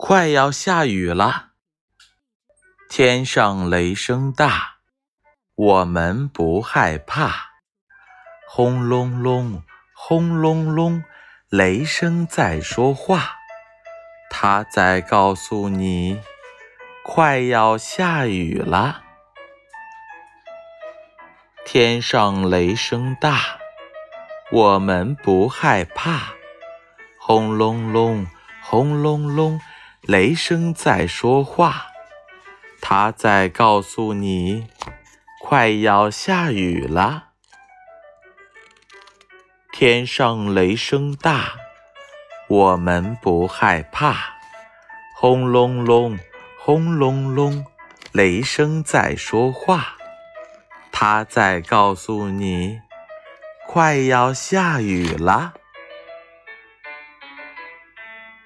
快要下雨了，天上雷声大，我们不害怕。轰隆隆，轰隆隆，雷声在说话，它在告诉你，快要下雨了。天上雷声大，我们不害怕。轰隆隆，轰隆隆，雷声在说话，它在告诉你，快要下雨了。天上雷声大，我们不害怕。轰隆隆，轰隆隆，雷声在说话，它在告诉你，快要下雨了。